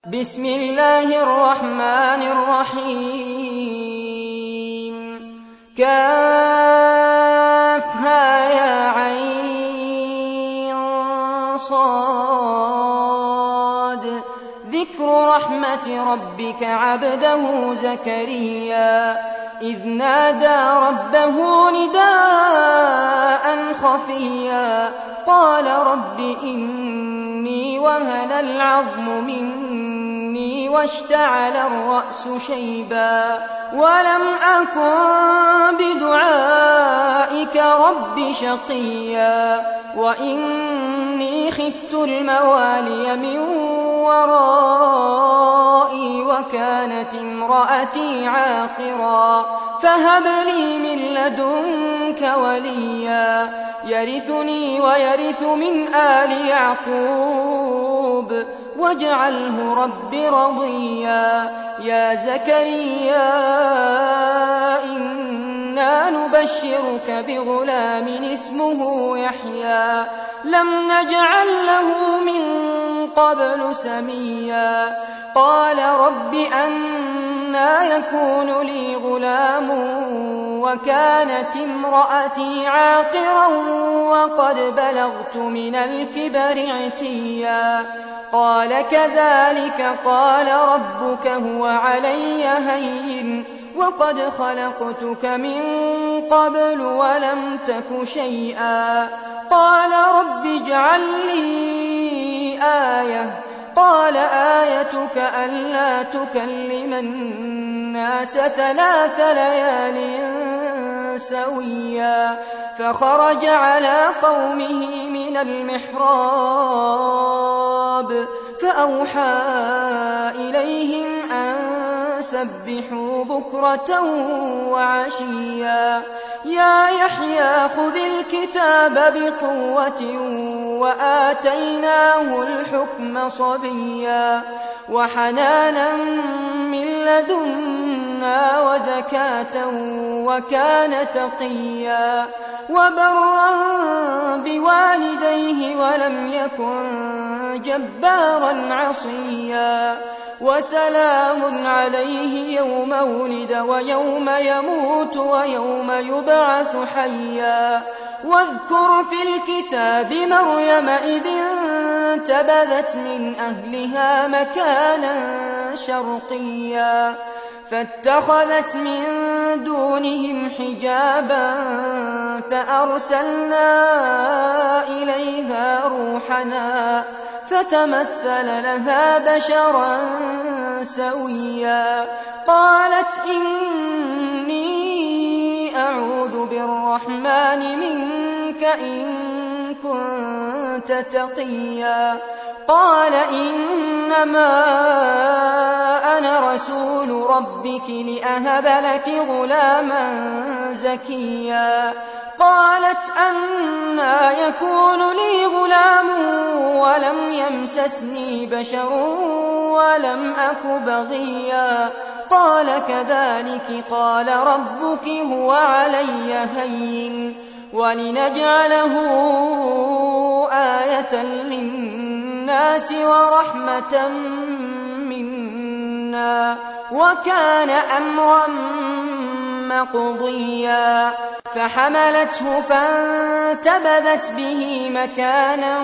بسم الله الرحمن الرحيم. كافها يا عين صاد. ذكر رحمة ربك عبده زكريا إذ نادى ربه نداء خفيا قال رب إني وهن العظم مني واشتعل الرأس شيبا ولم أكن بدعائك رب شقيا وإني خفت الموالي من ورائي وكانت امرأتي عاقرا فهب لي من لدنك وليا يرثني ويرث من آل يعقوب واجعله رب رضيا. يا زكريا إنا نبشرك بغلام اسمه يحيى لم نجعل له من قبل سميا قال رب أنى يكون لي غلام وكانت امرأتي عاقرا وقد بلغت من الكبر عتيا قال كذلك قال ربك هو علي هين وقد خلقتك من قبل ولم تك شيئا قال رب اجعل لي آية قال آيتك ألا تكلم الناس 3 ليال سويا فخرج على قومه من المحراب فأوحى إليهم أن سبحوا بكرة وعشيا يا يحيى خذ الكتاب بقوة وآتيناه الحكم صبيا وحنانا من لدنا وزكاة وكان تقيا وبرا بوالديه ولم يكن جبارا عصيا وسلام عليه يوم ولد ويوم يموت ويوم يبعث حيا واذكر في الكتاب مريم إذ انتبذت من أهلها مكانا شرقيا فاتخذت من دونهم حجابا فأرسلنا إليها روحنا فتمثل لها بشرا سويا قالت إني أعوذ بالرحمن منك إن كنت تقيا قال إنما أنا رسول ربك لأهب لك غلاما زكيا قالت أنى يكون لي غلام ولم يمسسني بشر ولم أك بغيا قال كذلك قال ربك هو علي هين ولنجعله آية للناس ورحمة منا وكان أمرا مقضيا فحملته فانتبذت به مكانا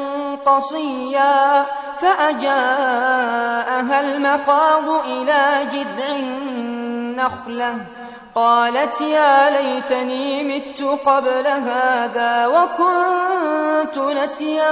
قصيا فأجاءها المخاض إلى جذع النخلة قالت يا ليتني مت قبل هذا وكنت نسيا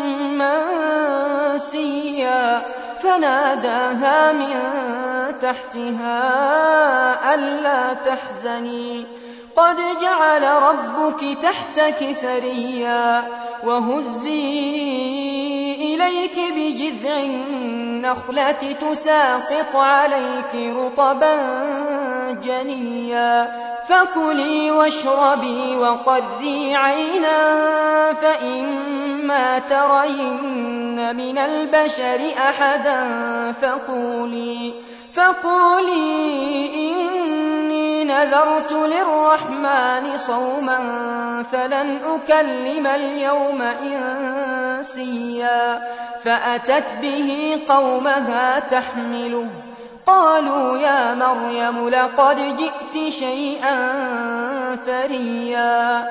منسيا فناداها من تحتها ألا تحزني قد جعل ربك تحتك سريا وهزي إليك بجذع النخلة تساقط عليك رطبا جنيا فكلي واشربي وقري عينا فإما ترين من البشر أحدا فقولي إني نذرت للرحمن صوما فلن أكلم اليوم إنسيا. فأتت به قومها تحمله قالوا يا مريم لقد جئت شيئا فريا.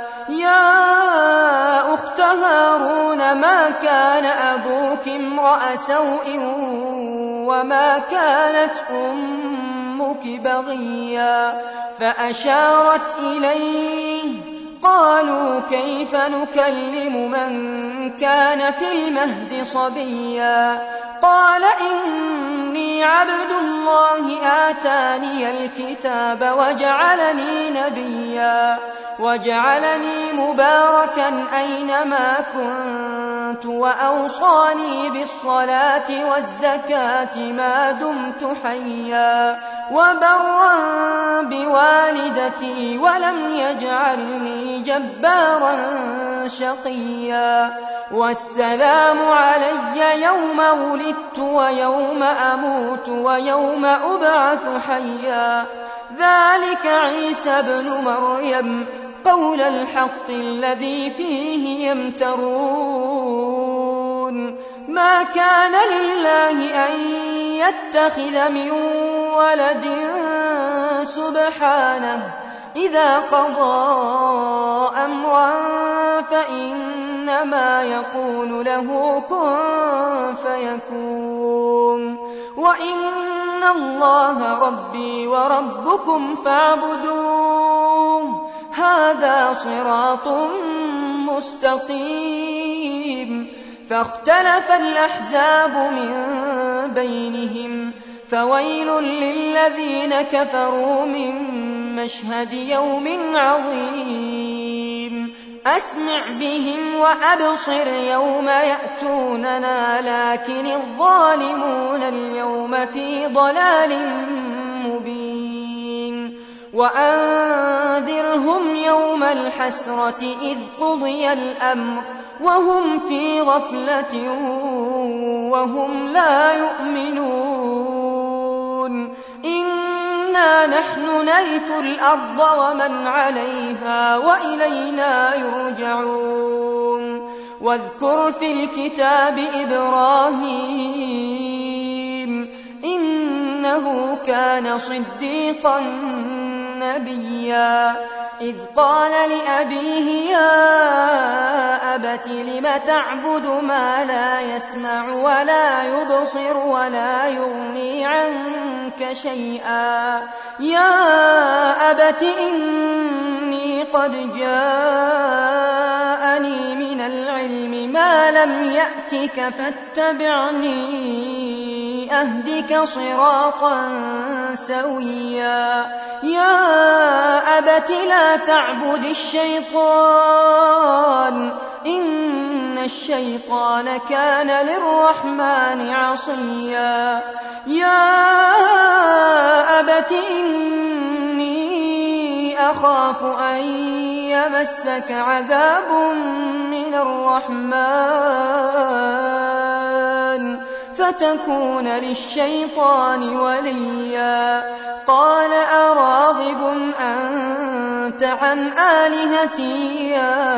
يا أخت هارون ما كان أبوك امرأ سوء وما كانت أمك بغيا. فأشارت إليه قالوا كيف نكلم من كان في المهد صبيا. قال إني عبد الله آتاني الكتاب وجعلني نبيا وجعلني مباركا أينما كنت وأوصاني بالصلاة والزكاة ما دمت حيا وبرا بوالدتي ولم يجعلني جبارا شقيا. والسلام علي يوم ولدت ويوم أموت ويوم أبعث حيا. ذلك عيسى بن مريم قول الحق الذي فيه يمترون. ما كان لله أن يتخذ من ولد سبحانه إذا قضى أمرا فإنما يقول له كن فيكون. وإن الله ربي وربكم فاعبدوه هذا صراط مستقيم. فاختلف الأحزاب من بينهم فويل للذين كفروا من مشهد يوم عظيم. أسمع بهم وأبصر يوم يأتوننا لكن الظالمون اليوم في ضلال مبين. وأنذرهم يوم الحسرة إذ قضي الأمر وهم في غفلة وهم لا يؤمنون. إنا نحن نرث الأرض ومن عليها وإلينا يرجعون. واذكر في الكتاب إبراهيم إنه كان صديقا نبيا. إذ قال لأبيه يا أبت لم تعبد ما لا يسمع ولا يبصر ولا يغني عنك شيئا. يا أبت إني قد جاءني من العلم ما لم يأتك فاتبعني أهدك صراطا سويا. يا أبت لا تعبد الشيطان إن الشيطان كان للرحمن عصيا. يا أبت إني أخاف أن يمسك عذاب من الرحمن فتكون للشيطان وليا. قال أراغب أنت عن آلهتي يا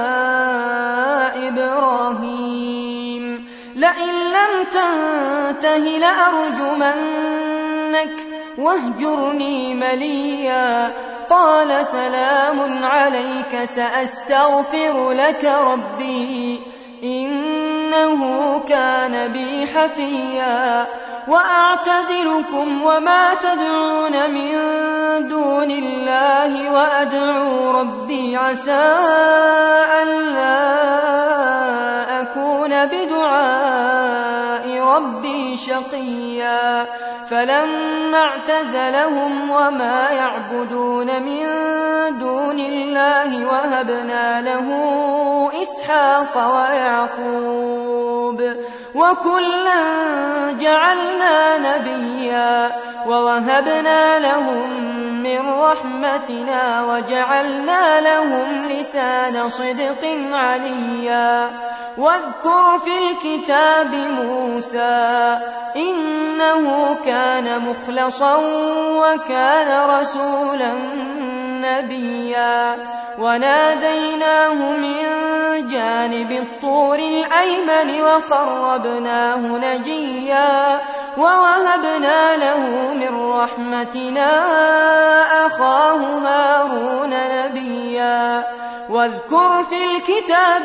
إبراهيم لئن لم تنته لأرجمنك واهجرني مليا. قال سلام عليك سأستغفر لك ربي إنه كان بي حفيا. وأعتزلكم وما تدعون من دون الله وأدعو ربي عسى ألا أكون بدعاء ربي شقيا. فلما اعتزلهم وما يعبدون من دون الله وهبنا له إسحاق ويعقوب وكلا جعلنا نبيا ووهبنا لهم من رحمتنا وجعلنا لهم لسان صدق عليا واذكر في الكتاب موسى إنه كان مخلصا وكان رسولا نبيا وناديناه من جانب الطور الأيمن وقربناه نجيا ووهبنا له من رحمتنا أخاه هارون نبيا واذكر في الكتاب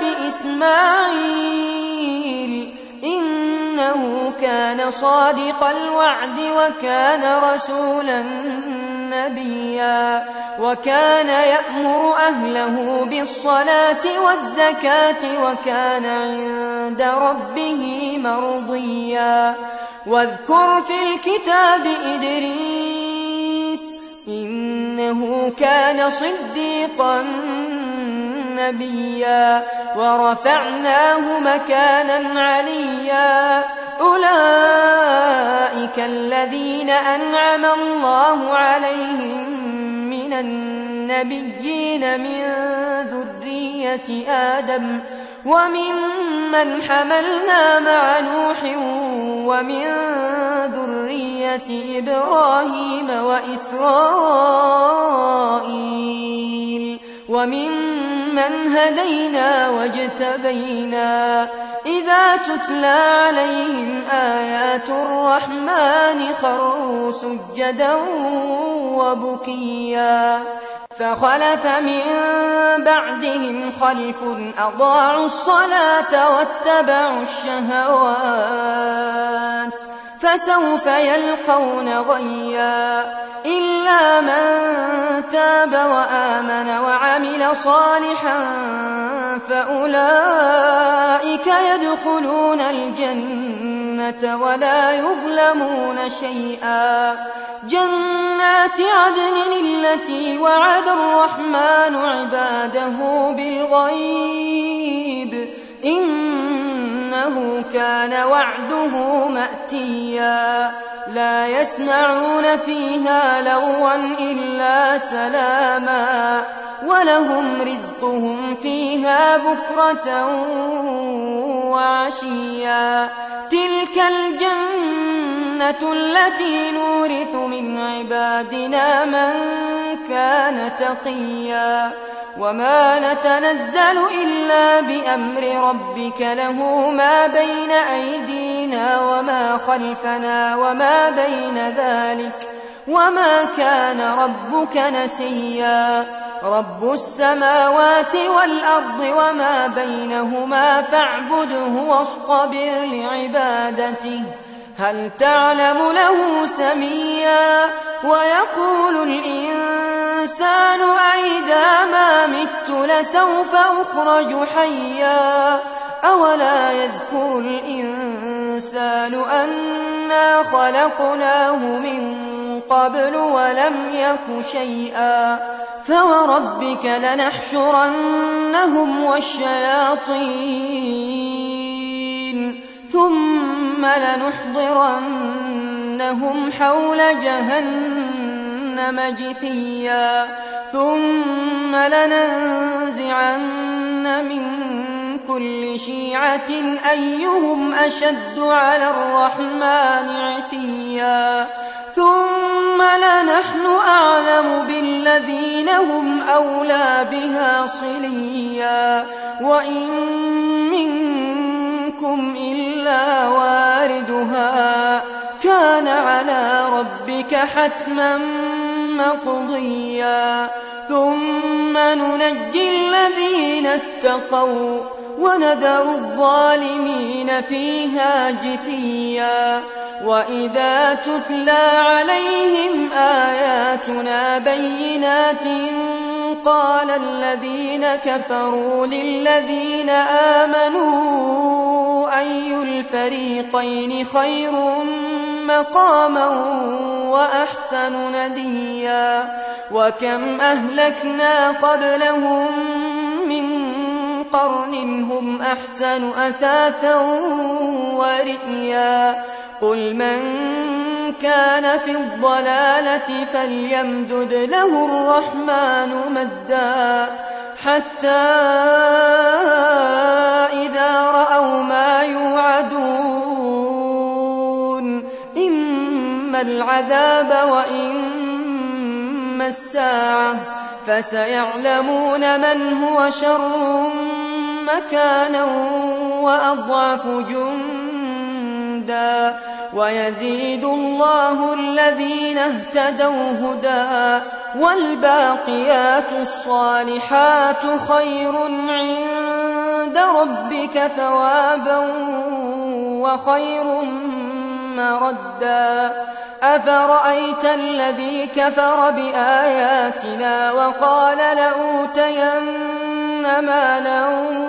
إسماعيل إنه كان صادق الوعد وكان رسولا نبيا وكان يأمر أهله بالصلاة والزكاة وكان عند ربه مرضيا واذكر في الكتاب إدريس إنه كان صديقا نبيا ورفعناه مكانا عليا أولئك الذين أنعم الله عليهم من النبيين من ذرية آدم وممن حملنا مع نوح ومن ذرية إبراهيم وإسرائيل وممن هدينا واجتبينا إذا تتلى عليهم آيات الرحمن خروا سجدا وبكيا فخلف من بعدهم خلف أضاعوا الصلاة واتبعوا الشهوات فسوف يلقون غيا إلا من تاب وآمن وعمل صالحا فأولئك يدخلون الجنة ولا يظلمون شيئا جنات عدن التي وعد الرحمن عباده بالغيب إنه كان وعده مأتيا لا يسمعون فيها لغوا إلا سلاما ولهم رزقهم فيها بكرة وعشيا تلك الجنة التي نورث من عبادنا من كان تقيا وما نتنزل إلا بأمر ربك له ما بين أيدينا وما خلفنا وما بين ذلك وما كان ربك نسيا رب السماوات والأرض وما بينهما فاعبده واصطبر لعبادته هل تعلم له سميا ويقول الإنسان أئذا ما مت لسوف أخرج حيا أولا يذكر الإنسان أنا خلقناه من قبل ولم يك شيئا فوربك لنحشرنهم والشياطين ثم لنحضرنهم حول جهنم جثيا ثم لننزعن من كل شيعة أيهم أشد على الرحمن عتيا ثم لنحن أعلم بالذين هم أولى بها صليا وإن منكم إلا واردها كان على ربك حتما مقضيا ثم ننجي الذين اتقوا ونذر الظالمين فيها جثيا وإذا تتلى عليهم آياتنا بينات قال الذين كفروا للذين آمنوا أي الفريقين خير مقاما وأحسن نديا وكم أهلكنا قبلهم من قرن هم أحسن أثاثا ورئيا قل من كان في الضلالة فليمدد له الرحمن مدا حتى إذا رأوا ما يوعدون إما العذاب وإما الساعة فسيعلمون من هو شر مكانا وأضعف جندا ويزيد الله الذين اهتدوا هدى والباقيات الصالحات خير عند ربك ثوابا وخير مردا أفرأيت الذي كفر بآياتنا وقال لأوتين مالا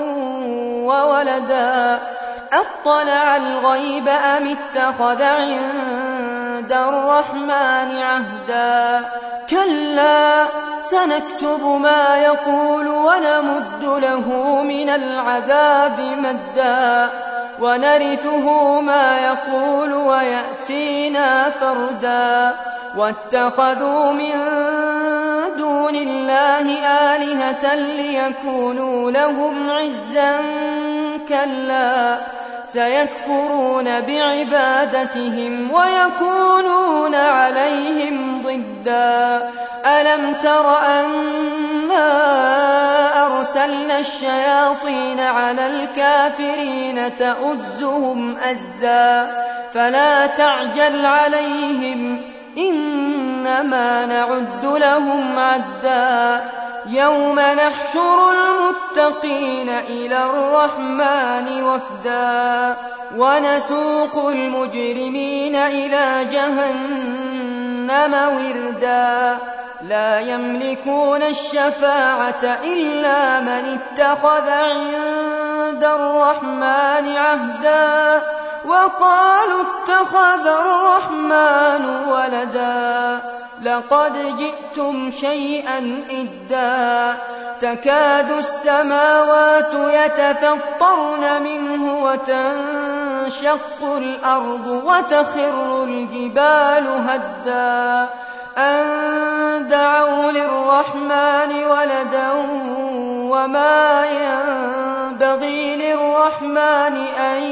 وولدا أطلع الغيب أم اتخذ عند الرحمن عهدا كلا سنكتب ما يقول ونمد له من العذاب مدا ونرثه ما يقول ويأتينا فردا واتخذوا من دون الله آلهة ليكونوا لهم عزا كلا سيكفرون بعبادتهم ويكونون عليهم ضدا ألم تر أنا أرسلنا الشياطين على الكافرين تؤزهم أزا فلا تعجل عليهم إنما نعد لهم عدا يوم نحشر المتقين إلى الرحمن وفدا ونسوق المجرمين إلى جهنم وردا لا يملكون الشفاعة إلا من اتخذ عند الرحمن عهدا وقالوا اتخذ الرحمن ولدا لقد جئتم شيئا إدا تكاد السماوات يتفطرن منه وتنشق الأرض وتخر الجبال هدا أن دعوا للرحمن ولدا وما ينبغي للرحمن أن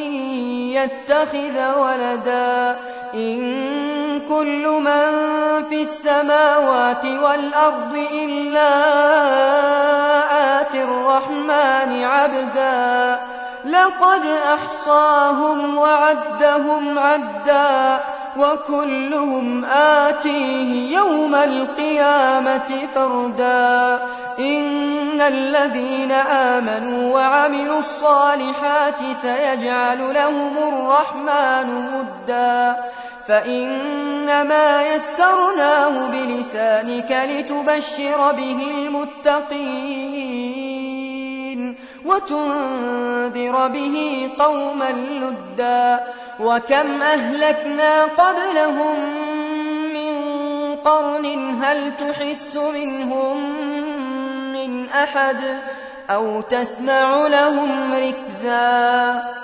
يتخذ ولدا إن كل من في السماوات والأرض إلا آتي الرحمن عبدا لقد أحصاهم وعدهم عدا وكلهم آتيه يوم القيامة فردا إن الذين آمنوا وعملوا الصالحات سيجعل لهم الرحمن مدا فإنما يسرناه بلسانك لتبشر به المتقين وتنذر به قوما لدا وكم أهلكنا قبلهم من قرن هل تحس منهم من أحد أو تسمع لهم ركزا